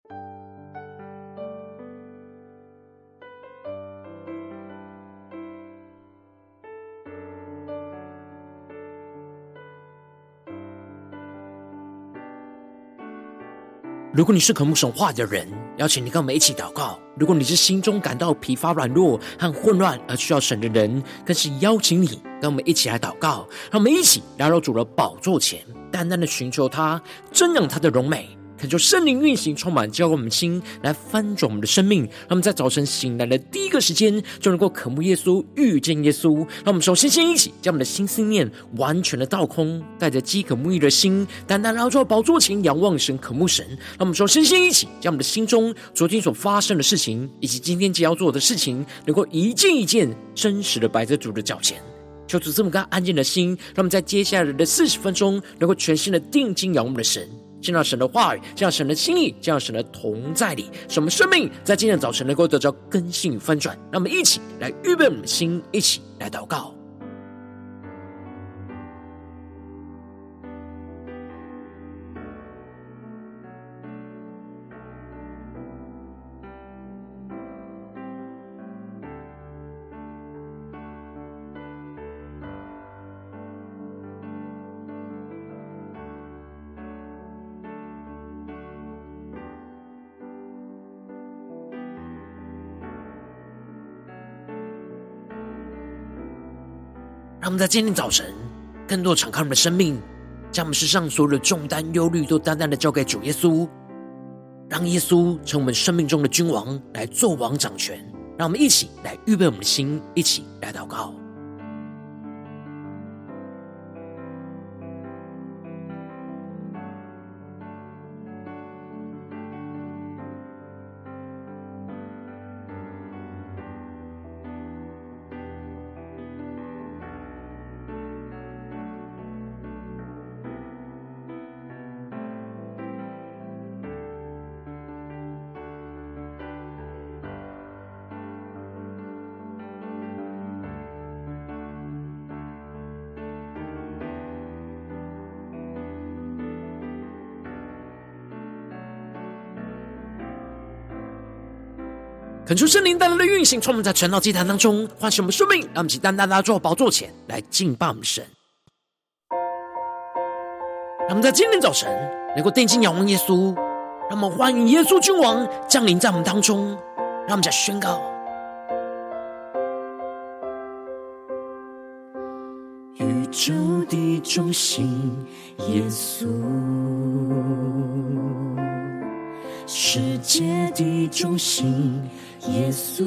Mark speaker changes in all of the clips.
Speaker 1: 如果你是渴慕神话的人，邀请你跟我们一起祷告。如果你是心中感到疲乏软弱和混乱而需要神的人，更是邀请你跟我们一起来祷告。让我们一起来到主的宝座前，单单的寻求他，瞻仰他的荣美，恳求圣灵运行充满，浇灌我们的心，来翻转我们的生命。让我们在早晨醒来的第一个时间，就能够渴慕耶稣，遇见耶稣。让我们首先一起将我们的心思念完全的倒空，带着饥渴沐浴的心，单单来到宝座前仰望神，渴慕神。让我们首先一起将我们的心中昨天所发生的事情，以及今天即将要做的事情，能够一件一件真实的摆在主的脚前。求主这么个安静的心，让我们在接下来的40分钟，能够全心的定睛仰望我们的神，见到神的话语，见到神的心意，见到神的同在里，使我们生命在今天的早晨能够得到更新与翻转。让我们一起来预备我们的心，一起来祷告。让我们在今天早晨更多敞开我们的生命，将我们身上所有的重担忧虑都单单的交给主耶稣，让耶稣成我们生命中的君王，来做王掌权。让我们一起来预备我们的心，一起来祷告。恳求圣灵带来的运行，充满在晨祷祭坛当中，唤醒我们生命。让我们一起单单来到宝座前来敬拜我们神。让我们在今天早晨能够定睛仰望耶稣，让我们欢迎耶稣君王降临在我们当中。让我们再宣告：
Speaker 2: 宇宙的中心，耶稣。世界的中心，耶稣，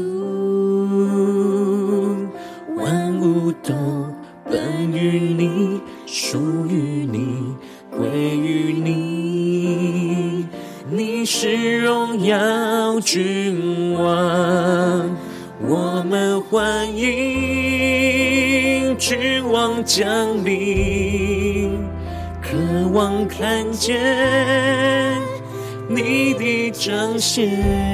Speaker 2: 万物都本于你，属于你，归于你。你是荣耀君王，我们欢迎君王降临，渴望看见你的彰显，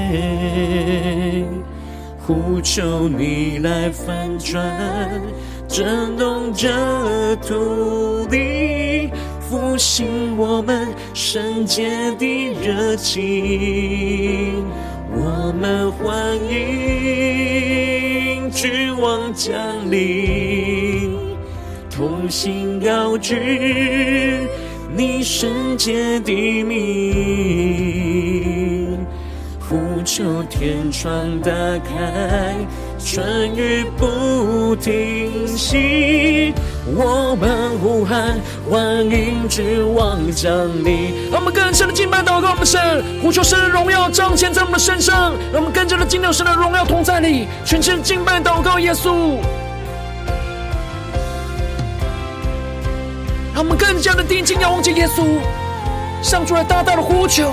Speaker 2: 呼求你来翻转，震动这土地，复兴我们圣洁的热情。我们欢迎君王降临，同心高举你圣洁的名，呼求天窗打开，春雨不停息。我们呼喊，欢迎君王降临。
Speaker 1: 让我们更深的敬拜祷告我们神，呼求神的荣耀彰显在我们的身上。让我们更加的进入神的荣耀同在里，全心敬拜祷告耶稣。让我们更加的定睛仰望着耶稣，向主来大大的呼求。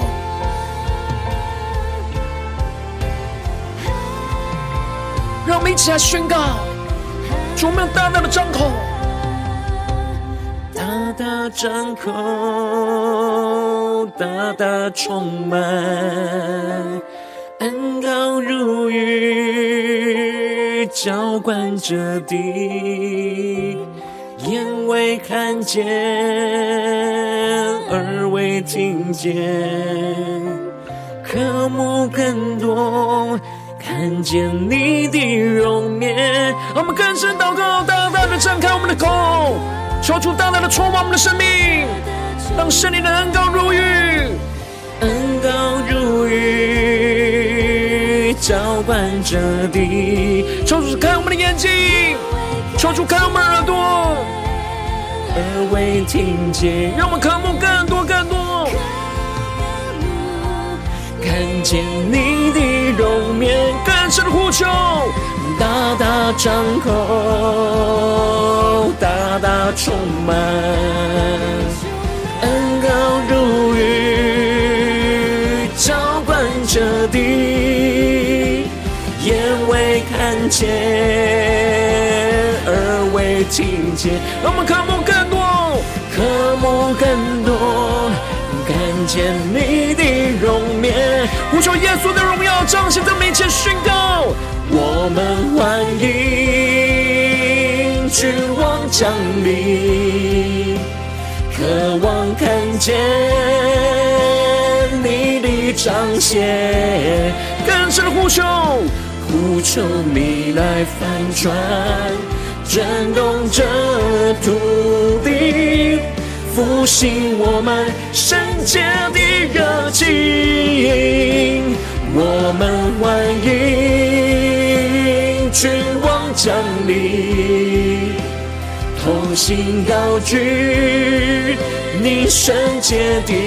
Speaker 1: 让我们一起来宣告，主，我们大大的张口，
Speaker 2: 大大张口，大大充满，恩膏如雨，浇灌着地。眼未看见，耳未听见，渴渴慕更多，看见你的容颜。
Speaker 1: 让我们更深祷告，大大的张开我们的口，求主大大的充满我们的生命，让圣灵的恩膏如雨，
Speaker 2: 恩膏如雨，浇灌着地。
Speaker 1: 求主开我们的眼睛，求主开我们的耳朵，
Speaker 2: 耳未听见，
Speaker 1: 让我们渴慕更多更多，
Speaker 2: 看见你的容颜。
Speaker 1: 更深的呼求，
Speaker 2: 大大张口，大大充满，恩膏如雨，浇灌着地。眼未看见，耳未听见，
Speaker 1: 让我们渴慕更多，
Speaker 2: 渴慕更多，看见你的容颜。
Speaker 1: 呼求耶稣的荣耀彰显在我们面前，宣告
Speaker 2: 我们欢迎君王降临，渴望看见你的彰显。
Speaker 1: 更深的呼求，
Speaker 2: 呼求你来翻转，震动这土地，复兴我们圣洁的热情。我们欢迎君王降临，同心高举你圣洁的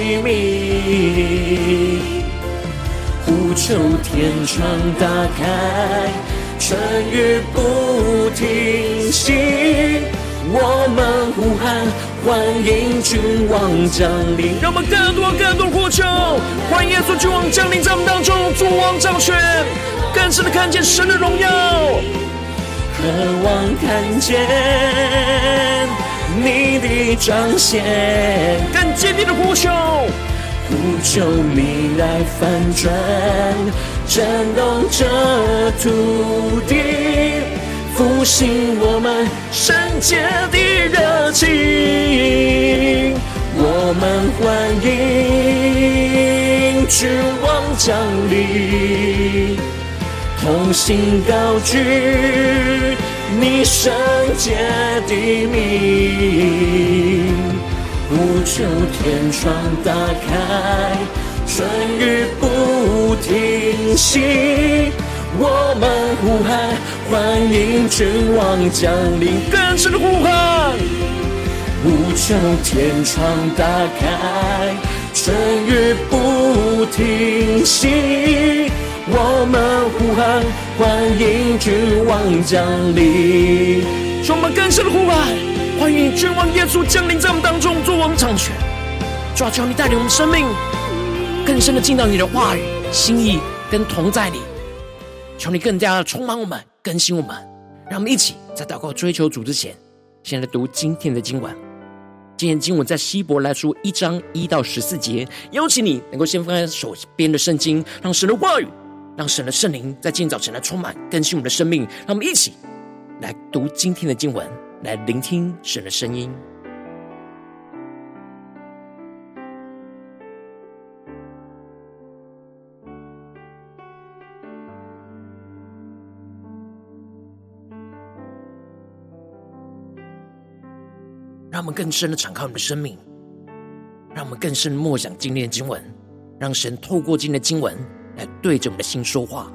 Speaker 2: 名。呼求天窗打开，春雨不停息，我们呼喊欢迎君王降临。
Speaker 1: 让我们更多更多呼求，欢迎耶稣君王降临在我们当中，主王掌权，更深的看见神的荣耀，
Speaker 2: 渴望看见你的彰显，
Speaker 1: 更坚定的呼求，
Speaker 2: 呼求你来翻转，震动这土地，复兴我们圣洁的热情。我们欢迎君王降临，同心高举你圣洁的名。呼求天窗打开，春雨不停息，我们呼喊欢迎君王降临。
Speaker 1: 更深的呼喊，
Speaker 2: 呼求天窗打开，春雨不停息，我们呼喊欢迎君王降临。
Speaker 1: 使我们更深的呼喊，欢迎君王耶稣降临在我们当中，做我们掌权。主啊，求你带领我们生命更深的进到你的话语、心意跟同在里。求你更加的充满我们，更新我们。让我们一起在祷告追求主之前，先来读今天的经文。今天经文在希伯来书1章1到14节。邀请你能够先翻开手边的圣经，让神的话语，让神的圣灵在今天早晨来充满更新我们的生命。让我们一起来读今天的经文，来聆听神的声音。让我们更深的敞开我们的生命，让我们更深的默想今天的经文，让神透过今天的经文来对着我们的心说话。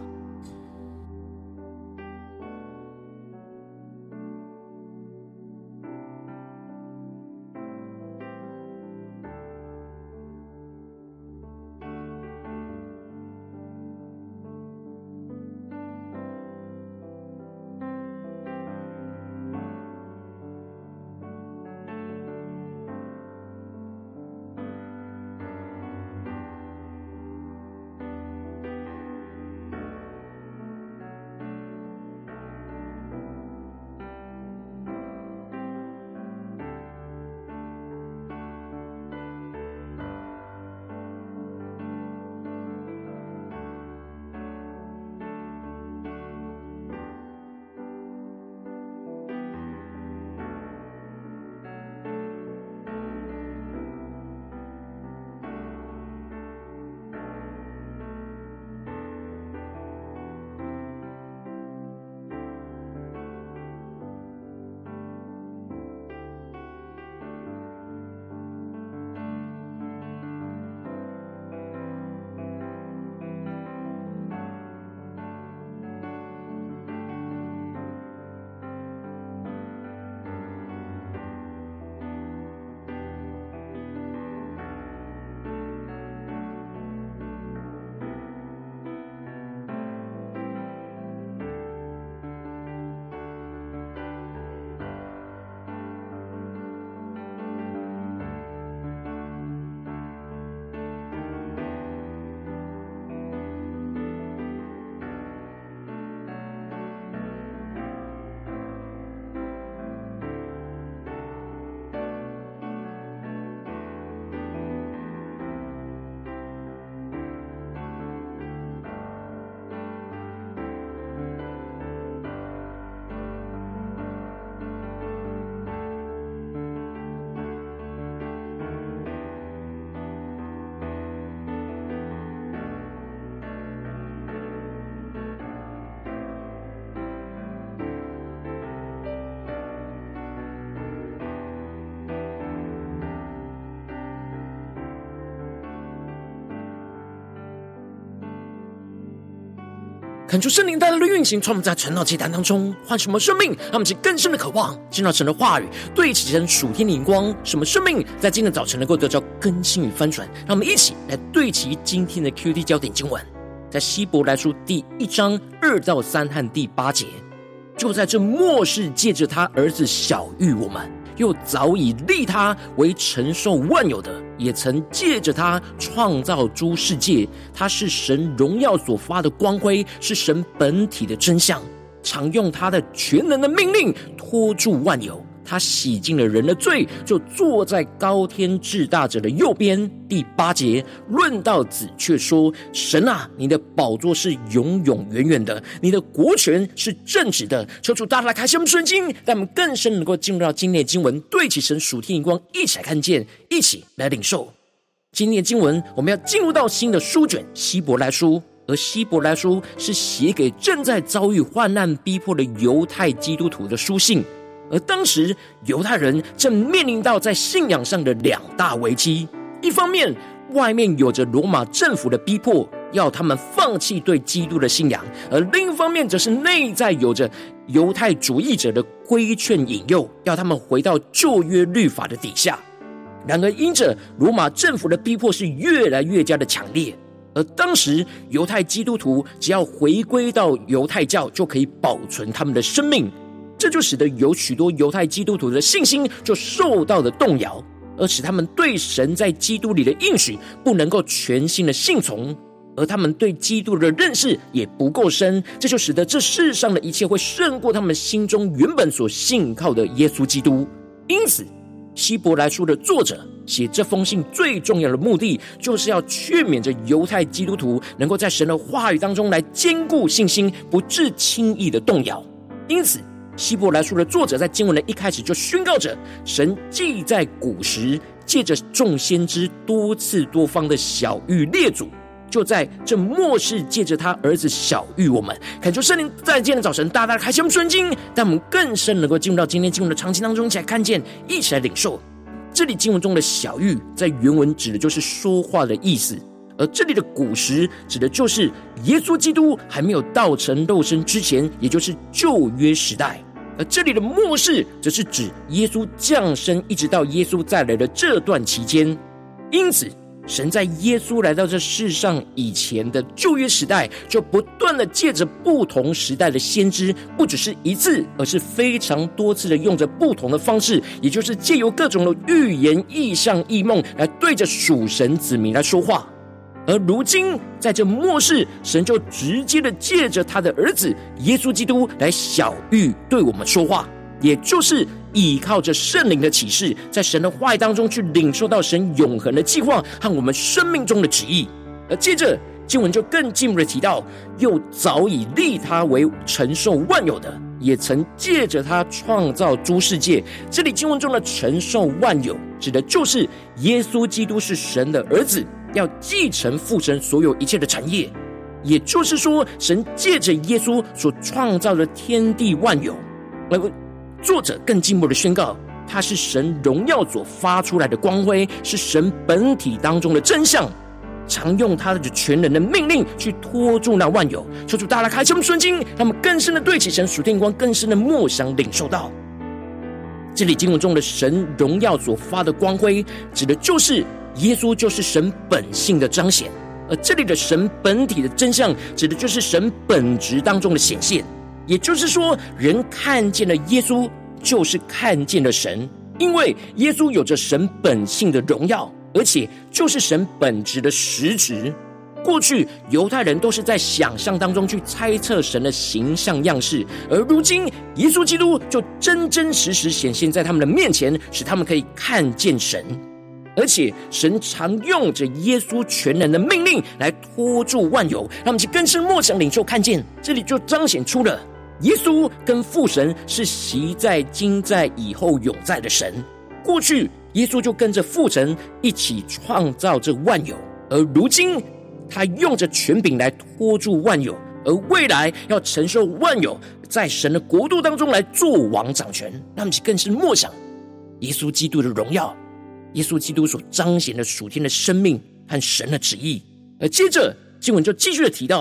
Speaker 1: 恳求圣灵带来的运行，从我们在晨祷祭坛当中唤醒我们生命，让我们更深的渴望进到神的话语，对齐神属天的眼光，使我们生命在今天的早晨能够得到更新与翻转。让我们一起来对齐今天的 QT 焦点经文，在希伯来书第1章2到3和第8节。就在这末世，借着他儿子晓谕我们，又早已立他为承受万有的，也曾借着他创造诸世界。他是神荣耀所发的光辉，是神本体的真相，常用他的全能的命令托住万有。他洗净了人的罪，就坐在高天至大者的右边。第8节，论到子却说：神啊，你的宝座是永永远远的，你的国权是正直的。求主大大开启我们圣经，让我们更深能够进入到今天的经文，对齐神属天眼光，一起来看见，一起来领受。今天的经文，我们要进入到新的书卷希伯来书，而希伯来书是写给正在遭遇患难逼迫的犹太基督徒的书信。而当时犹太人正面临到在信仰上的2大危机，一方面外面有着罗马政府的逼迫，要他们放弃对基督的信仰，而另一方面则是内在有着犹太主义者的规劝引诱，要他们回到旧约律法的底下。然而因着罗马政府的逼迫是越来越加的强烈，而当时犹太基督徒只要回归到犹太教，就可以保存他们的生命。这就使得有许多犹太基督徒的信心就受到了动摇，而使他们对神在基督里的应许不能够全心的信从，而他们对基督的认识也不够深，这就使得这世上的一切会胜过他们心中原本所信靠的耶稣基督。因此希伯来书的作者写这封信最重要的目的，就是要劝勉着犹太基督徒能够在神的话语当中来坚固信心，不致轻易的动摇。因此希伯来书的作者在经文的一开始就宣告着，神既在古时借着众先知多次多方的晓谕列祖，就在这末世借着他儿子晓谕我们。恳求圣灵在今天的早晨大大的开启我们圣经，让我们更深能够进入到今天经文的场景当中，一起来看见，一起来领受。这里经文中的晓谕在原文指的就是说话的意思，而这里的古时指的就是耶稣基督还没有道成肉身之前，也就是旧约时代。而这里的末世则是指耶稣降生一直到耶稣再来的这段期间。因此神在耶稣来到这世上以前的旧约时代，就不断的借着不同时代的先知，不只是一次，而是非常多次的用着不同的方式，也就是借由各种的预言异象异梦来对着属神子民来说话。而如今在这末世，神就直接的借着他的儿子耶稣基督来晓谕对我们说话，也就是依靠着圣灵的启示，在神的话语当中去领受到神永恒的计划和我们生命中的旨意。而接着经文就更进一步的提到，又早已立他为承受万有的，也曾借着他创造诸世界。这里经文中的承受万有指的就是耶稣基督是神的儿子，要继承父神所有一切的产业，也就是说神借着耶稣所创造的天地万有。而作者更进一步的宣告，他是神荣耀所发出来的光辉，是神本体当中的真相，常用他的全能的命令去托住那万有。求主大大开启我们圣经，让我们更深的对齐神属天光，更深的默想领受到这里经文中的神荣耀所发的光辉，指的就是耶稣就是神本性的彰显，而这里的神本体的真相指的就是神本质当中的显现。也就是说，人看见了耶稣就是看见了神，因为耶稣有着神本性的荣耀，而且就是神本质的实质。过去犹太人都是在想象当中去猜测神的形象样式，而如今耶稣基督就真真实实显现在他们的面前，使他们可以看见神。而且神常用着耶稣全能的命令来托住万有，让我们去更深默想领受看见。这里就彰显出了耶稣跟父神是昔在今在以后永在的神。过去耶稣就跟着父神一起创造这万有，而如今他用着权柄来托住万有，而未来要承受万有，在神的国度当中来做王掌权。让我们更是默想耶稣基督的荣耀，耶稣基督所彰显的属天的生命和神的旨意。而接着经文就继续的提到，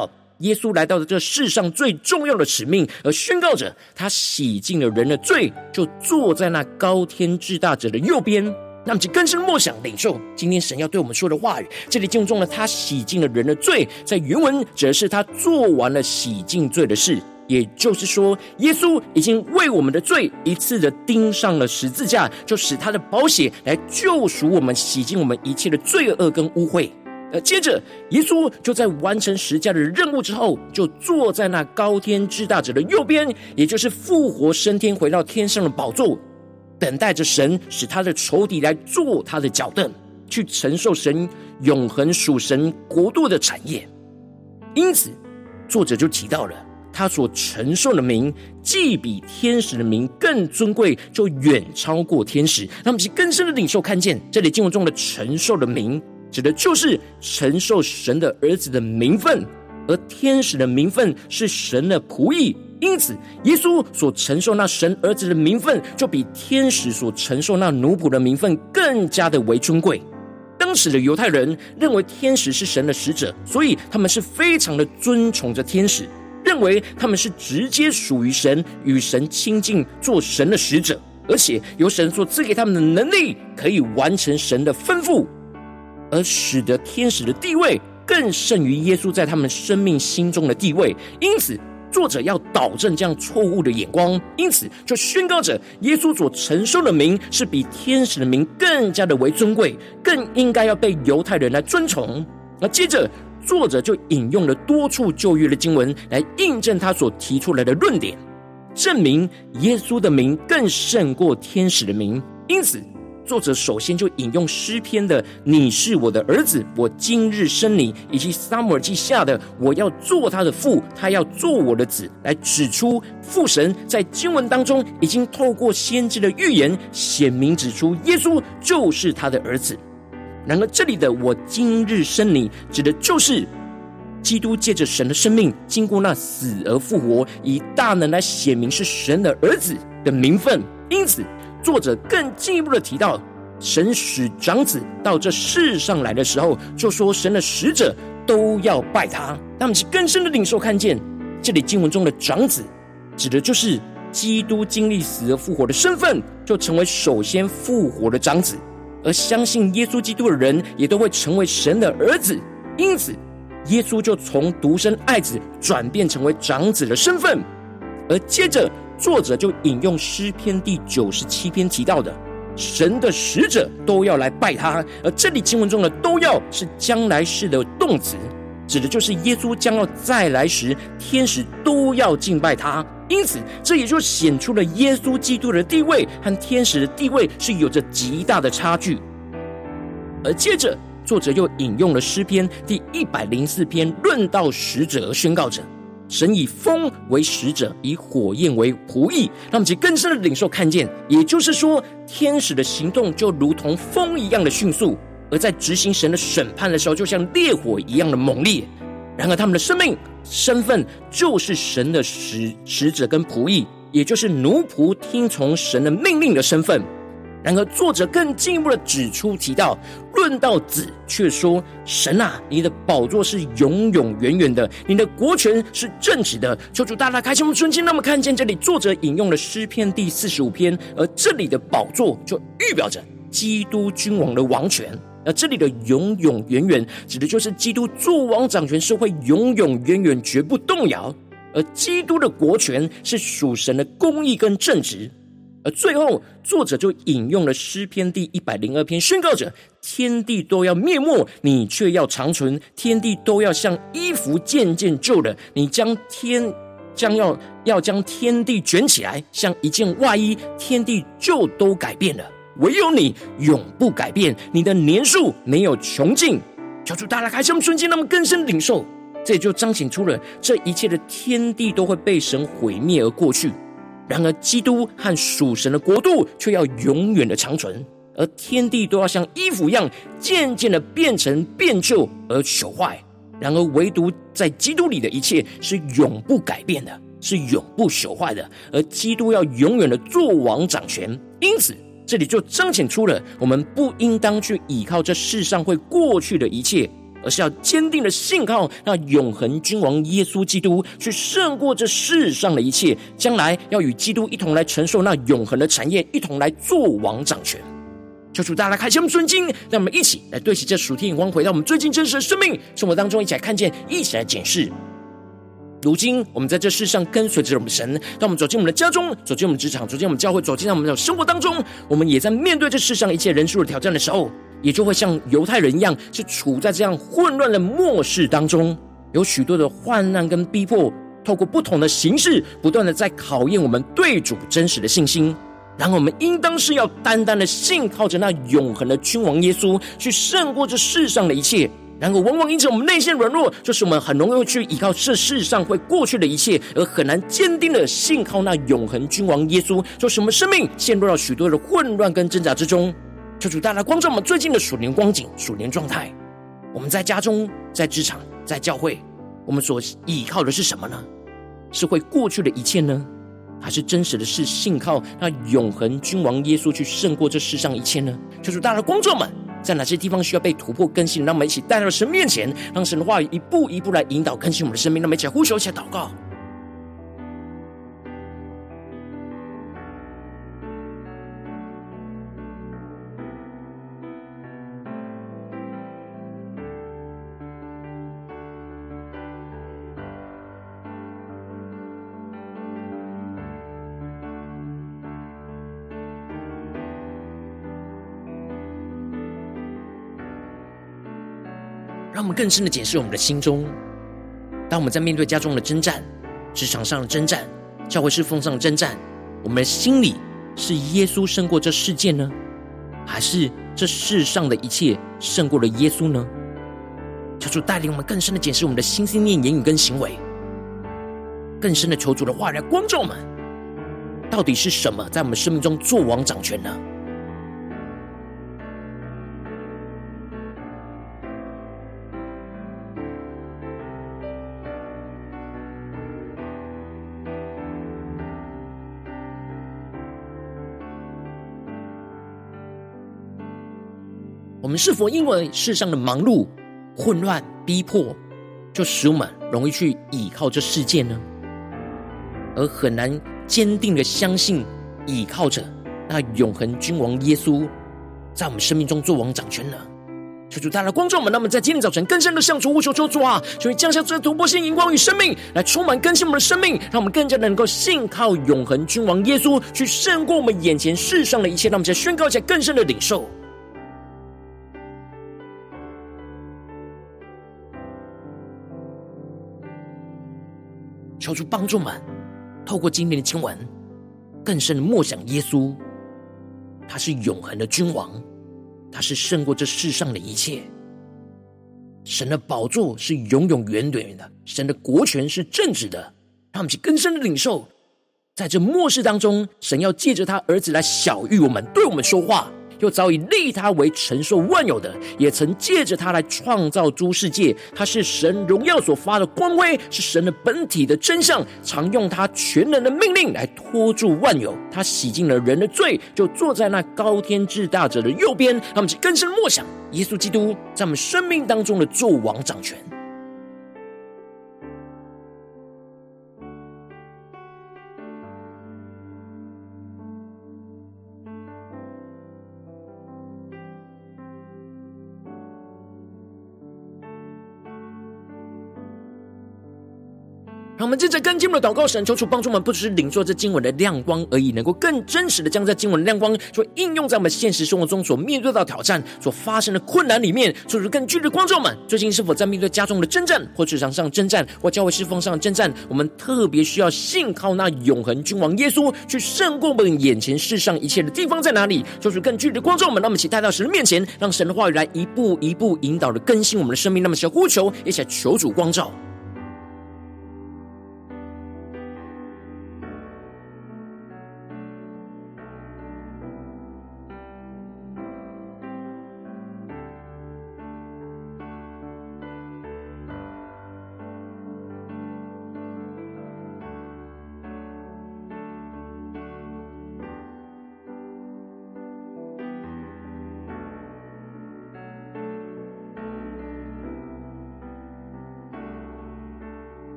Speaker 1: 耶稣来到了这世上最重要的使命，而宣告着他洗净了人的罪，就坐在那高天至大者的右边。那么就更深默想领受今天神要对我们说的话语。这里经文中了他洗净了人的罪，在原文指的是他做完了洗净罪的事，也就是说耶稣已经为我们的罪一次的钉上了十字架，就使他的宝血来救赎我们，洗净我们一切的罪恶跟污秽。接着耶稣就在完成十架的任务之后，就坐在那高天至大者的右边，也就是复活升天回到天上的宝座，等待着神使他的仇敌来做他的脚凳，去承受神永恒属神国度的产业。因此作者就提到了他所承受的名既比天使的名更尊贵，就远超过天使。那么更深的领受看见这里经文中的承受的名指的就是承受神的儿子的名分，而天使的名分是神的仆役。因此耶稣所承受那神儿子的名分，就比天使所承受那奴仆的名分更加的为尊贵。当时的犹太人认为天使是神的使者，所以他们是非常的尊崇着天使，认为他们是直接属于神，与神亲近，做神的使者，而且由神所赐给他们的能力，可以完成神的吩咐，而使得天使的地位更胜于耶稣在他们生命心中的地位。因此作者要导正这样错误的眼光，因此就宣告着耶稣所承受的名是比天使的名更加的为尊贵，更应该要被犹太人来尊崇。而接着作者就引用了多处旧约的经文来印证他所提出来的论点，证明耶稣的名更胜过天使的名。因此作者首先就引用诗篇的你是我的儿子，我今日生你，以及撒母耳记下的我要做他的父，他要做我的子，来指出父神在经文当中已经透过先知的预言显明指出耶稣就是他的儿子。然而这里的我今日生你指的就是基督借着神的生命经过那死而复活，以大能来显明是神的儿子的名分。因此作者更进一步的提到，神使长子到这世上来的时候，就说神的使者都要拜他。他们是更深的领受看见，这里经文中的长子指的就是基督经历死而复活的身份，就成为首先复活的长子，而相信耶稣基督的人也都会成为神的儿子。因此耶稣就从独生爱子转变成为长子的身份。而接着作者就引用诗篇第97篇提到的神的使者都要来拜他，而这里经文中的都要是将来式的动词，指的就是耶稣将要再来时天使都要敬拜他。因此这也就显出了耶稣基督的地位和天使的地位是有着极大的差距。而接着作者又引用了诗篇第104篇论到使者，而宣告着神以风为使者，以火焰为仆役。让我们更深的领受看见，也就是说天使的行动就如同风一样的迅速，而在执行神的审判的时候就像烈火一样的猛烈。然而他们的生命身份就是神的使者跟仆役，也就是奴仆听从神的命令的身份。然而作者更进一步的指出提到，论到子却说，神啊，你的宝座是永永远远的，你的国权是正直的。求主大大开启我们纯心，让我们看见这里作者引用了诗篇第45篇，而这里的宝座就预表着基督君王的王权，而这里的永永远远指的就是基督作王掌权是会永永远远绝不动摇，而基督的国权是属神的公义跟正直。而最后作者就引用了诗篇第102篇，宣告着天地都要灭没，你却要长存，天地都要像衣服渐渐旧了，你将天地卷起来，像一件外衣，天地就都改变了，唯有你永不改变，你的年数没有穷尽。求主大家开启我们纯净，让我们更深领受，这也就彰显出了这一切的天地都会被神毁灭而过去，然而基督和属神的国度却要永远的长存，而天地都要像衣服一样渐渐的变成变旧而朽坏，然而唯独在基督里的一切是永不改变的，是永不朽坏的，而基督要永远的作王掌权。因此这里就彰显出了我们不应当去依靠这世上会过去的一切， 而是要坚定的信靠那永恒君王耶稣基督，去胜过这世上的一切，将来要与基督一同来承受那永恒的产业，一同来做王掌权。求主大家来开启我们顺经，让我们一起来对齐这属天眼光，回到我们最近真实的生命生活当中，一起来看见，一起来检视。如今我们在这世上跟随着我们的神，当我们走进我们的家中，走进我们职场，走进我们教会，走进我们的生活当中，我们也在面对这世上一切人数的挑战的时候，也就会像犹太人一样，是处在这样混乱的末世当中，有许多的患难跟逼迫，透过不同的形式不断的在考验我们对主真实的信心。然后我们应当是要单单的信靠着那永恒的君王耶稣，去胜过这世上的一切。然而往往因着我们内心软弱，就是我们很容易会去依靠这世上会过去的一切，而很难坚定的信靠那永恒君王耶稣，就是我们生命陷入到许多的混乱跟挣扎之中。求主大大光照我们最近的属灵光景、属灵状态。我们在家中、在职场、在教会，我们所依靠的是什么呢？是会过去的一切呢，还是真实的是信靠那永恒君王耶稣去胜过这世上一切呢？求主大大光照们，在哪些地方需要被突破更新，让我们一起带到神面前，让神的话语一步一步来引导更新我们的生命。让我们一起来呼求，一起来祷告。让我们更深的检视我们的心中，当我们在面对家中的征战、职场上的征战、教会侍奉上的征战，我们的心里是耶稣胜过这世界呢，还是这世上的一切胜过了耶稣呢？求主带领我们更深的检视我们的心、思念、言语跟行为，更深的求主的话来光照我们，到底是什么在我们生命中作王掌权呢？我们是否因为世上的忙碌、混乱、逼迫，就使我们容易去倚靠这世界呢？而很难坚定的相信、倚靠着那永恒君王耶稣，在我们生命中作王掌权呢？求主大家光照我们，让我们在今天早晨更深的向主呼求，求主啊，求你降下这突破性荧光与生命，来充满更新我们的生命，让我们更加能够信靠永恒君王耶稣，去胜过我们眼前世上的一切。让我们再宣告一下更深的领受。求主帮助我们透过今天的经文更深的默想耶稣，他是永恒的君王，他是胜过这世上的一切。神的宝座是永永远远的，神的国权是正直的。让我们去更深的领受，在这末世当中，神要借着他儿子来晓谕我们，对我们说话，又早已立他为承受万有的，也曾借着他来创造诸世界。他是神荣耀所发的光辉，是神的本体的真相，常用他全能的命令来托住万有。他洗净了人的罪，就坐在那高天至大者的右边。让我们更深默想耶稣基督在我们生命当中的作王掌权。让我们接着跟经文的祷告，神求主帮助我们，不只是领受这经文的亮光而已，能够更真实的将这经文的亮光所应用在我们现实生活中所面对到挑战、所发生的困难里面。求主更具体的光照我们，最近是否在面对家中的征战，或职场上征战，或教会侍奉上的征战，我们特别需要信靠那永恒君王耶稣，去胜过我们眼前世上一切的地方在哪里？求主更具体的光照我们，让我们一起带到神的面前，让神的话语来一步一步引导的更新我们的生命。那么，小呼求，一起来求主光照。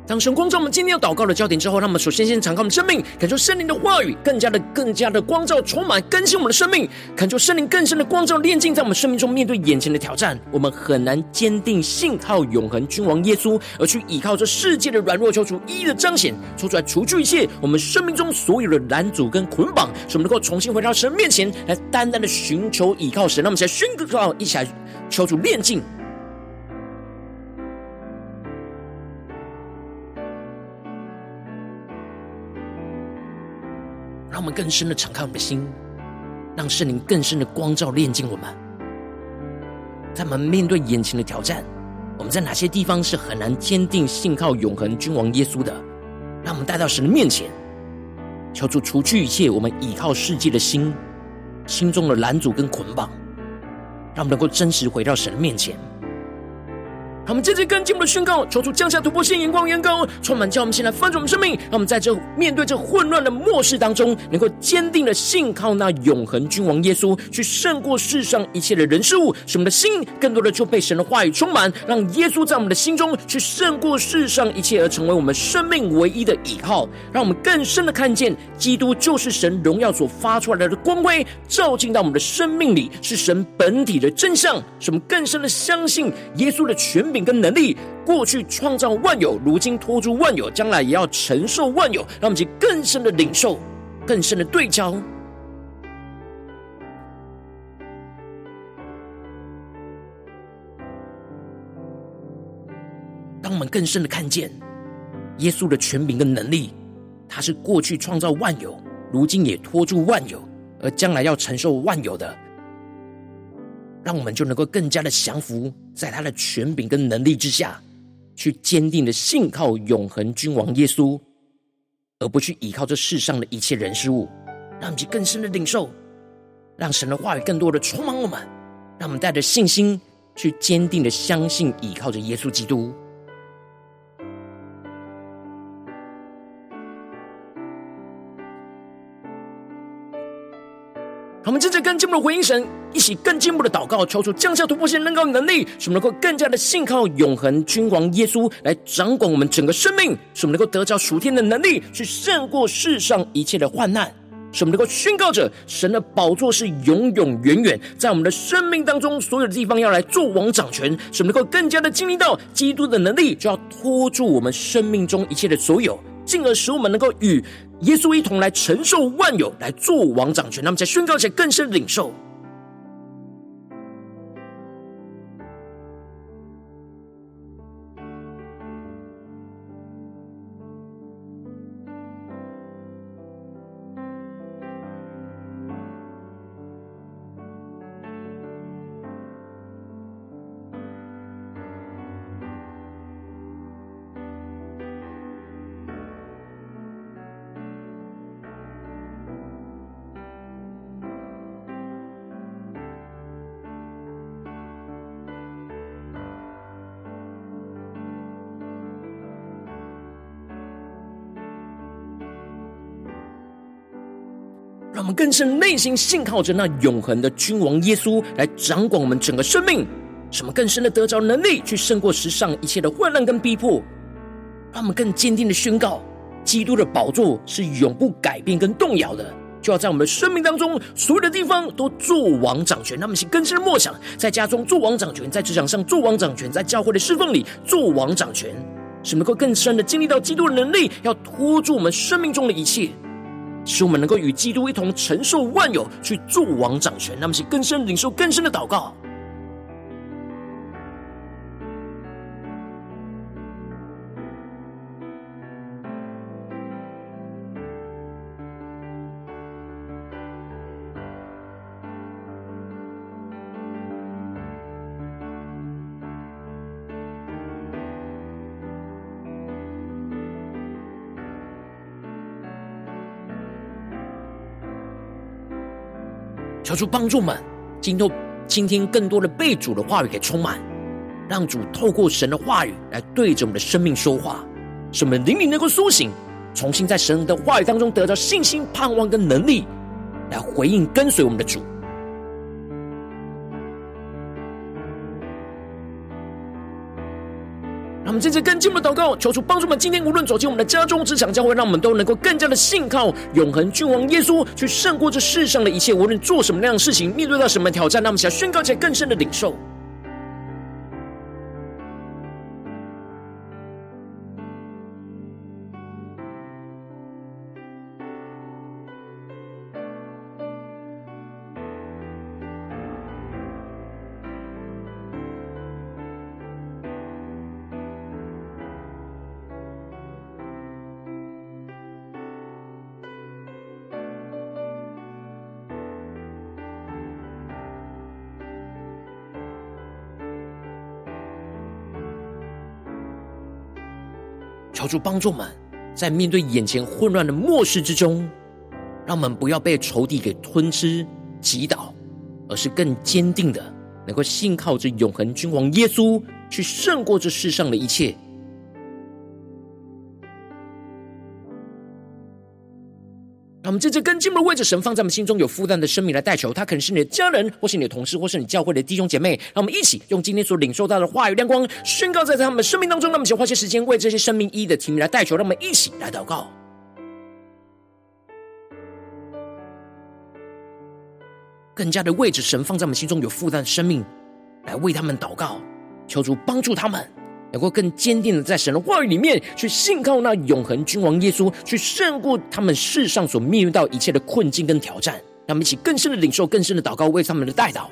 Speaker 1: 当神光照我们今天要祷告的焦点之后，让我们首先敞开我们生命，感受圣灵的话语更加的光照充满更新我们的生命，感受圣灵更深的光照炼净在我们生命中。面对眼前的挑战，我们很难坚定信靠永恒君王耶稣，而去依靠这世界的软弱，求主一一的彰显，抽出来除去一切我们生命中所有的拦阻跟捆绑，使我们能够重新回到神面前来单单的寻求依靠神。让我们一起来宣告，一起来求主炼净，让我们更深的敞开我们的心，让圣灵更深的光照炼净我们。在我们面对眼前的挑战，我们在哪些地方是很难坚定信靠永恒君王耶稣的，让我们带到神的面前，求主除去一切我们倚靠世界的心中的拦阻跟捆绑，让我们能够真实回到神的面前。让我们接着更进一步的宣告，求主降下突破性眼光远高，充满叫我们现在翻转我们生命，让我们在这面对这混乱的末世当中，能够坚定的信靠那永恒君王耶稣，去胜过世上一切的人事物，使我们的心更多的就被神的话语充满，让耶稣在我们的心中去胜过世上一切，而成为我们生命唯一的依靠。让我们更深的看见，基督就是神荣耀所发出来的光辉，照进到我们的生命里，是神本体的真相，使我们更深的相信耶稣的权柄跟能力，过去创造万有，如今托住万有，将来也要承受万有。让我们去更深的领受，更深的对焦，当我们更深的看见耶稣的权柄跟能力，他是过去创造万有，如今也托住万有，而将来要承受万有的，让我们就能够更加的降服在他的权柄跟能力之下，去坚定的信靠永恒君王耶稣，而不去依靠这世上的一切人事物。让我们去更深的领受，让神的话语更多的充满我们，让我们带着信心去坚定的相信依靠着耶稣基督。我们接着更进一步的回应神，一起更进一步的祷告，求主降下突破性能高的能力，使我们能够更加的信靠永恒君王耶稣来掌管我们整个生命，使我们能够得着属天的能力，去胜过世上一切的患难，使我们能够宣告着神的宝座是永永远远在我们的生命当中所有的地方要来做王掌权，使我们能够更加的经历到基督的能力就要拖住我们生命中一切的所有，进而使我们能够与耶稣一同来承受万有，来做王掌权。那么在宣告起来更深领受。让我们更深内心信靠着那永恒的君王耶稣来掌管我们整个生命，使我们更深的得着能力去胜过世上一切的患难跟逼迫。让我们更坚定的宣告，基督的宝座是永不改变跟动摇的，就要在我们的生命当中所有的地方都做王掌权。让我们更深的默想，在家中做王掌权，在职场上做王掌权，在教会的侍奉里做王掌权，使我们能够更深的经历到基督的能力要拖住我们生命中的一切，使我们能够与基督一同承受万有，去做王掌权。那么是更深领受更深的祷告。求主帮助我们今天更多的被主的话语给充满，让主透过神的话语来对着我们的生命说话，使我们灵里能够苏醒，重新在神的话语当中得到信心、盼望跟能力，来回应跟随我们的主。让我们接着更进一步的祷告，求主帮助我们今天无论走进我们的家中、职场、教会，让我们都能够更加的信靠永恒君王耶稣，去胜过这世上的一切。无论做什么样的事情，面对到什么挑战，让我们想宣告起来更深的领受。求主帮助我们，在面对眼前混乱的末世之中，让我们不要被仇敌给吞吃击倒，而是更坚定的能够信靠着永恒君王耶稣，去胜过这世上的一切。让我们接着更进一步的为着神放在我们心中有负担的生命来代求，他可能是你的家人，或是你的同事，或是你教会的弟兄姐妹。让我们一起用今天所领受到的话语亮光宣告在他们生命当中。让我们先花些时间为这些生命一的提名来代求，让我们一起来祷告。更加的为着神放在我们心中有负担的生命来为他们祷告，求主帮助他们能够更坚定的在神的话语里面去信靠那永恒君王耶稣，去胜过他们世上所面对到一切的困境跟挑战。让我们一起更深的领受，更深的祷告，为他们的代祷。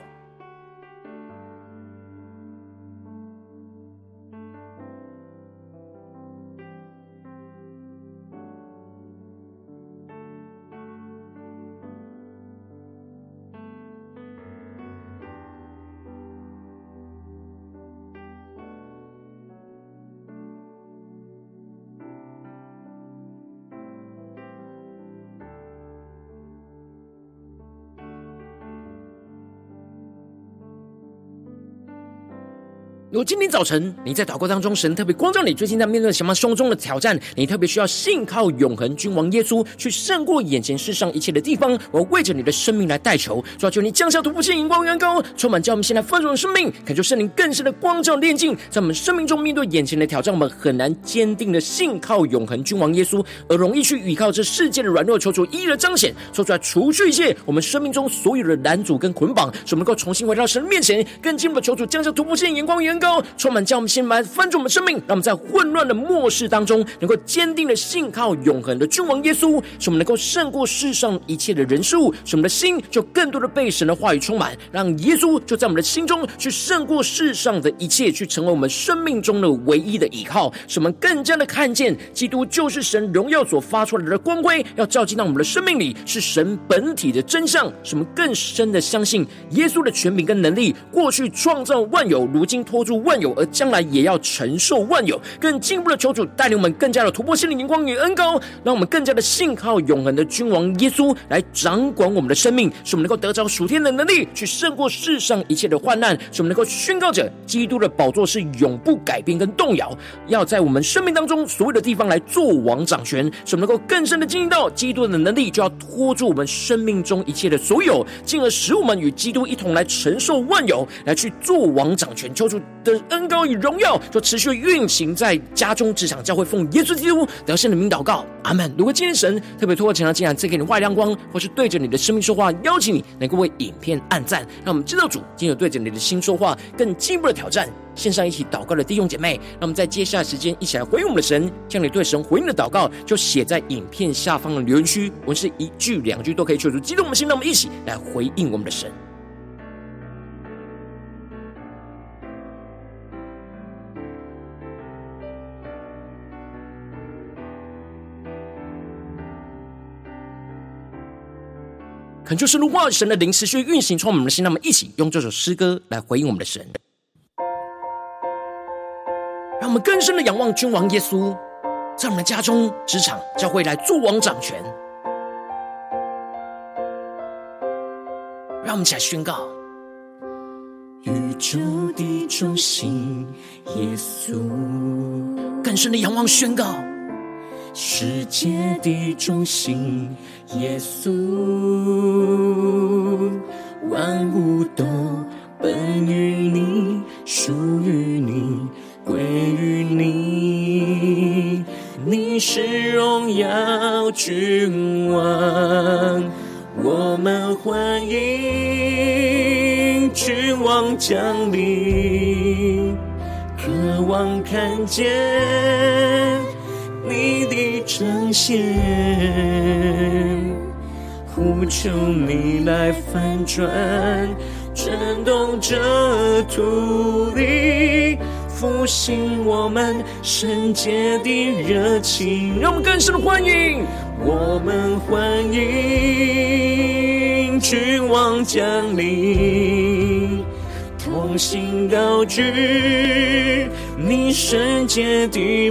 Speaker 1: 如果今天早晨你在祷告当中，神特别光照你最近在面对什么胸中的挑战，你特别需要信靠永恒君王耶稣去胜过眼前世上一切的地方，我为着你的生命来代求，主要求你降下突破性荧光远高，充满叫我们现在丰盛的生命，恳求圣灵更深的光照炼净，在我们生命中面对眼前的挑战，我们很难坚定的信靠永恒君王耶稣，而容易去依靠这世界的软弱，求主一一的彰显，说出来除去一切我们生命中所有的拦阻跟捆绑，使我们能够重新回到神的面前，更进一步的求主降下突破性荧光远高，充满将我们心来翻转我们生命，让我们在混乱的末世当中能够坚定的信靠永恒的君王耶稣，使我们能够胜过世上一切的人事物，使我们的心就更多的被神的话语充满，让耶稣就在我们的心中去胜过世上的一切，去成为我们生命中的唯一的依靠，使我们更加的看见基督就是神荣耀所发出来的光辉，要照进到我们的生命里，是神本体的真相，使我们更深的相信耶稣的权柄跟能力，过去创造万有，如今托住万有，而将来也要承受万有。更进一步的求主带领我们更加的突破心灵灵光与恩膏，让我们更加的信靠永恒的君王耶稣来掌管我们的生命，使我们能够得着属天的能力，去胜过世上一切的患难，使我们能够宣告着基督的宝座是永不改变跟动摇，要在我们生命当中所有的地方来做王掌权，使我们能够更深的经历到基督的能力，就要拖住我们生命中一切的所有，进而使我们与基督一同来承受万有，来去做王掌权。求主的恩膏与荣耀就持续运行在家中、职场、教会，奉耶稣基督得胜的名祷告，阿们。如果今天神特别透过晨祷竟然赐给你话语亮光，或是对着你的生命说话，邀请你能够为影片按赞，让我们知道主今天有对着你的心说话，更进一步的挑战。线上一起祷告的弟兄姐妹，让我们在接下来时间一起来回应我们的神，将你对神回应的祷告就写在影片下方的留言区，无论是一句两句都可以，求主激动我们的心，让我们一起来回应我们的神。恳求神的话语、神的灵持续运行充满我们的心，让我们一起用这首诗歌来回应我们的神，让我们更深的仰望君王耶稣，在我们的家中、职场、教会来做王掌权。让我们一起来宣告：宇宙的中心，耶稣。更深的仰望宣告：世界的中心，耶稣，万物都本于你，属于你，归于你。
Speaker 2: 君王，我们欢迎君王降临，渴望看见你的彰显，呼求你来翻转震动这土地，复兴我们圣洁的热情。让我们更深的欢迎，我们欢迎君王降临，同心高举你圣洁的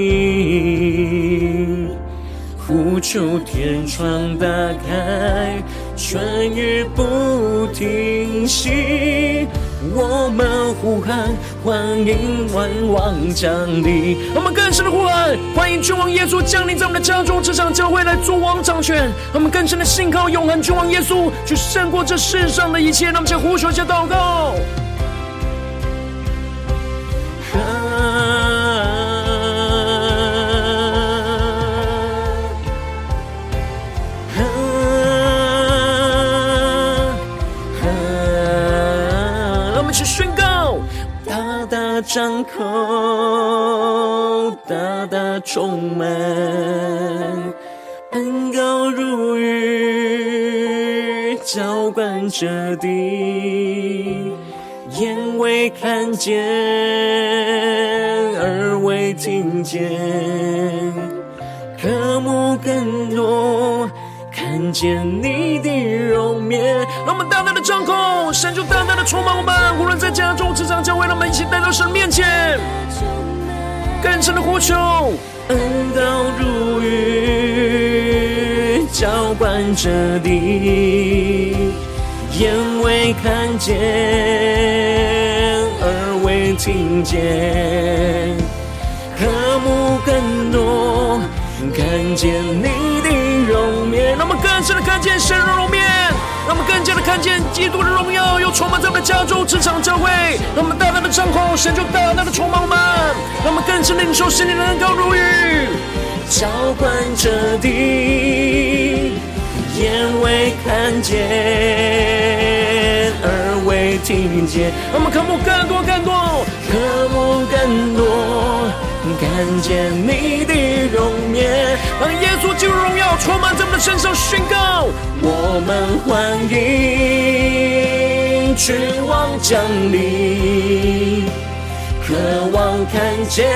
Speaker 2: 名，呼求天窗打开，春雨不停息，我们呼喊欢迎万王降临。
Speaker 1: 我们更深的呼喊，欢迎君王耶稣降临在我们的家中，这场教会来做王掌权。我们更深的信靠永恒君王耶稣，去胜过这世上的一切。让我们先呼求一下祷告。
Speaker 2: 张口，大大充满，恩膏如雨，浇灌着地，眼未看见，耳未听见，渴慕更多，看见你的容颜。
Speaker 1: 让我们大大的张口，神就大大的充满我们，无论在家中职场教会，让我们一起带到神面前，更深的呼求，
Speaker 2: 恩膏如雨，浇灌着地，眼未看见，耳未听见，渴慕更多，看见你的容颜。
Speaker 1: 让我们更深的看见神的容颜，让我们更加的看见基督的荣耀，又充满在我们的家中职场教会。让我们大大的张口，神就大大的充满我们，让我们更深的领受神的恩膏如雨，
Speaker 2: 浇灌着地，眼未看见，耳未听见。
Speaker 1: 让我们渴慕更多更多，
Speaker 2: 渴慕更多，看见你的容颜。
Speaker 1: 让耶稣基督的荣耀充满在我们的身上，宣告
Speaker 2: 我们欢迎君王降临，渴望看见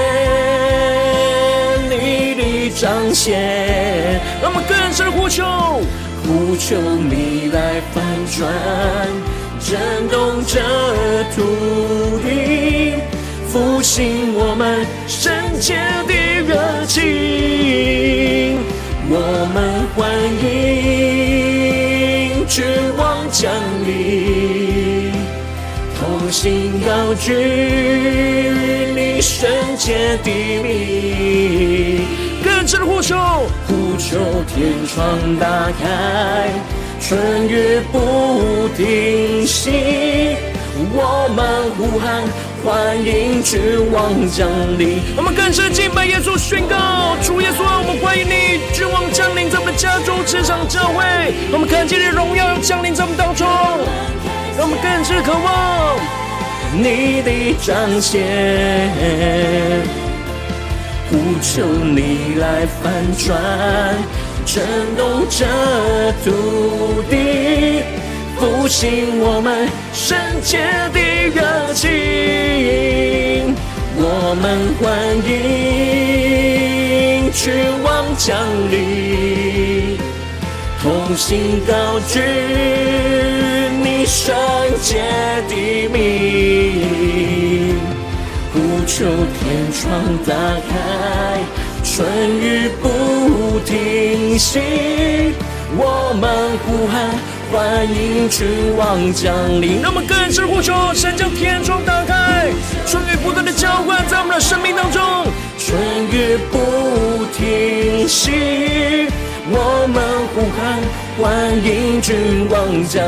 Speaker 2: 你的彰显。
Speaker 1: 让我们更深的呼求，
Speaker 2: 呼求你来翻转震动这土地，复兴我们圣洁的热情。我们欢迎君王降临，同心高举你圣洁的名，
Speaker 1: 更深的呼求，
Speaker 2: 呼求天窗打开，春雨不停息，我们呼喊欢迎君王降临。
Speaker 1: 我们更深敬拜耶稣，宣告主耶稣啊，我们欢迎你，君王降临在我们的家中职场教会。我们看见你的荣耀要降临在我们当中，让我们更是渴望
Speaker 2: 你的彰显，呼求你来翻转震动这土地，复兴我们圣洁的热情。我们欢迎君王降临，同心高举你圣洁的名，呼求天窗打开，春雨不停息，我们呼喊欢迎君王降临。
Speaker 1: 让我们更深呼求，神将天窗打开，春雨不断的浇灌在我们的生命当中，
Speaker 2: 春雨不停息，我们呼喊欢迎君王降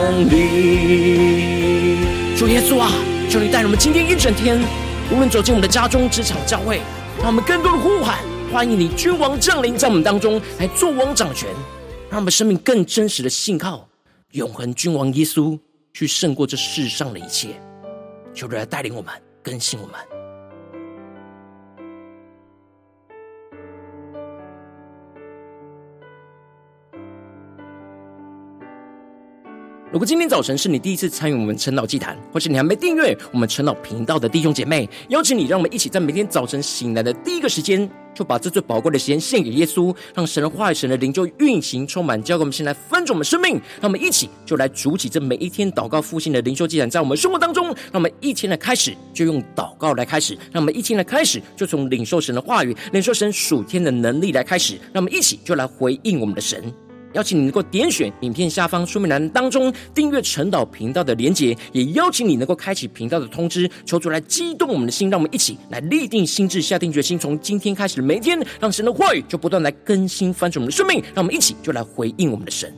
Speaker 2: 临。
Speaker 1: 主耶稣啊，求你带领我们今天一整天，无论走进我们的家中、职场、教会，让我们更多的呼喊欢迎你君王降临在我们当中，来做王掌权，让我们生命更真实的信靠永恒君王耶稣，去胜过这世上的一切。求主来带领我们，更新我们。如果今天早晨是你第一次参与我们晨祷祭坛，或是你还没订阅我们晨祷频道的弟兄姐妹，邀请你让我们一起在每天早晨醒来的第一个时间，就把这最宝贵的时间献给耶稣，让神的话语、神的灵就运行充满，交给我们，先来分盛我们生命。让我们一起就来筑起这每一天祷告复兴的灵修祭坛，在我们生活当中。让我们一天的开始就用祷告来开始，让我们一天的开始就从领受神的话语、领受神属天的能力来开始。让我们一起就来回应我们的神。邀请你能够点选影片下方说明栏当中订阅晨祷频道的连结，也邀请你能够开启频道的通知，求主来激动我们的心，让我们一起来立定心志，下定决心，从今天开始的每一天，让神的话语就不断来更新翻转我们的生命。让我们一起就来回应我们的神。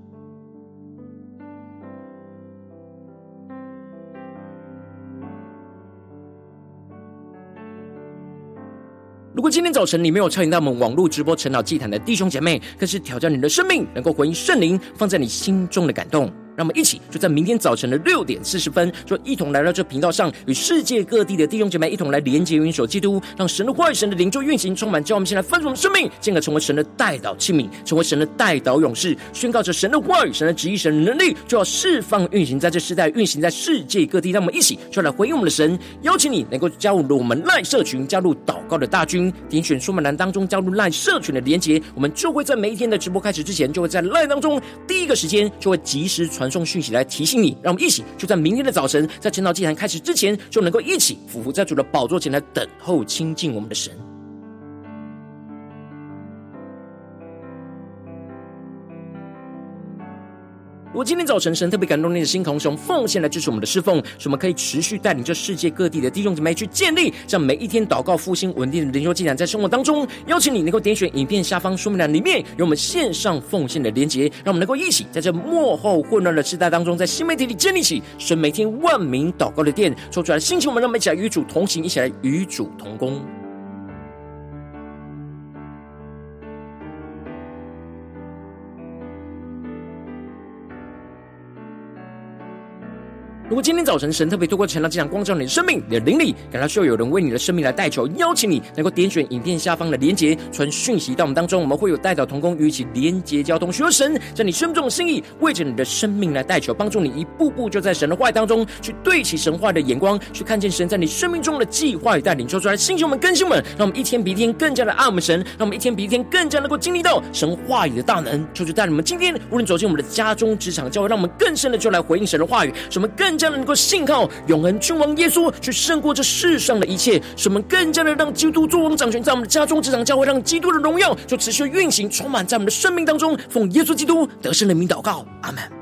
Speaker 1: 如果今天早晨你没有参与到我们网络直播晨祷祭坛的弟兄姐妹，更是挑战你的生命，能够回应圣灵放在你心中的感动。让我们一起就在明天早晨的6点40分，就一同来到这频道上，与世界各地的弟兄姐妹一同来连结元首基督，让神的话语、神的灵就运行充满，叫我们先来分盛我们生命，进而成为神的代祷器皿，成为神的代祷勇士，宣告着神的话语、神的旨意、神的能力，就要释放运行在这世代，运行在世界各地。让我们一起就来回应我们的神，邀请你能够加入我们LINE社群，加入祷告的大军，点选说明栏当中加入LINE社群的连结，我们就会在每一天的直播开始之前，就会在LINE当中第一个时间就会及时传送讯息来提醒你。让我们一起就在明天的早晨，在晨祷祭坛开始之前，就能够一起俯伏在主的宝座前来等候亲近我们的神。如果今天早晨神特别感动你的心，同时用奉献来支持我们的侍奉，使我们可以持续带领这世界各地的弟兄姊妹去建立这样每一天祷告复兴稳定的灵修祭坛，在生活当中。邀请你能够点选影片下方说明栏里面有我们线上奉献的连结，让我们能够一起在这末后混乱的时代当中，在新媒体里建立起神每天万名祷告的殿，说出来兴起我们，让我们一起来与主同行，一起来与主同工。如果今天早晨神特别透过晨祷祭坛光照你的生命，你的灵里感到需要有人为你的生命来代求，邀请你能够点选影片下方的连结，传讯息到我们当中，我们会有代祷同工与一起连结交通，寻求神在你生命中的心意，为着你的生命来代求，帮助你一步步就在神的话语当中去对齐神话的眼光，去看见神在你生命中的计划与带领，说出来星球们更新们，让我们一天比一天更加的爱我们神，让我们一天比一天更加能够经历到神话语的大能。求主带领我们今天无论走进我们的家中职场教会，让我们更深的就来回应神的话语，使我们更加的能够信靠永恒君王耶稣，去胜过这世上的一切，使我们更加的让基督作王掌权在我们的家中职场教会，让基督的荣耀就持续运行充满在我们的生命当中。奉耶稣基督得胜的名祷告，阿们。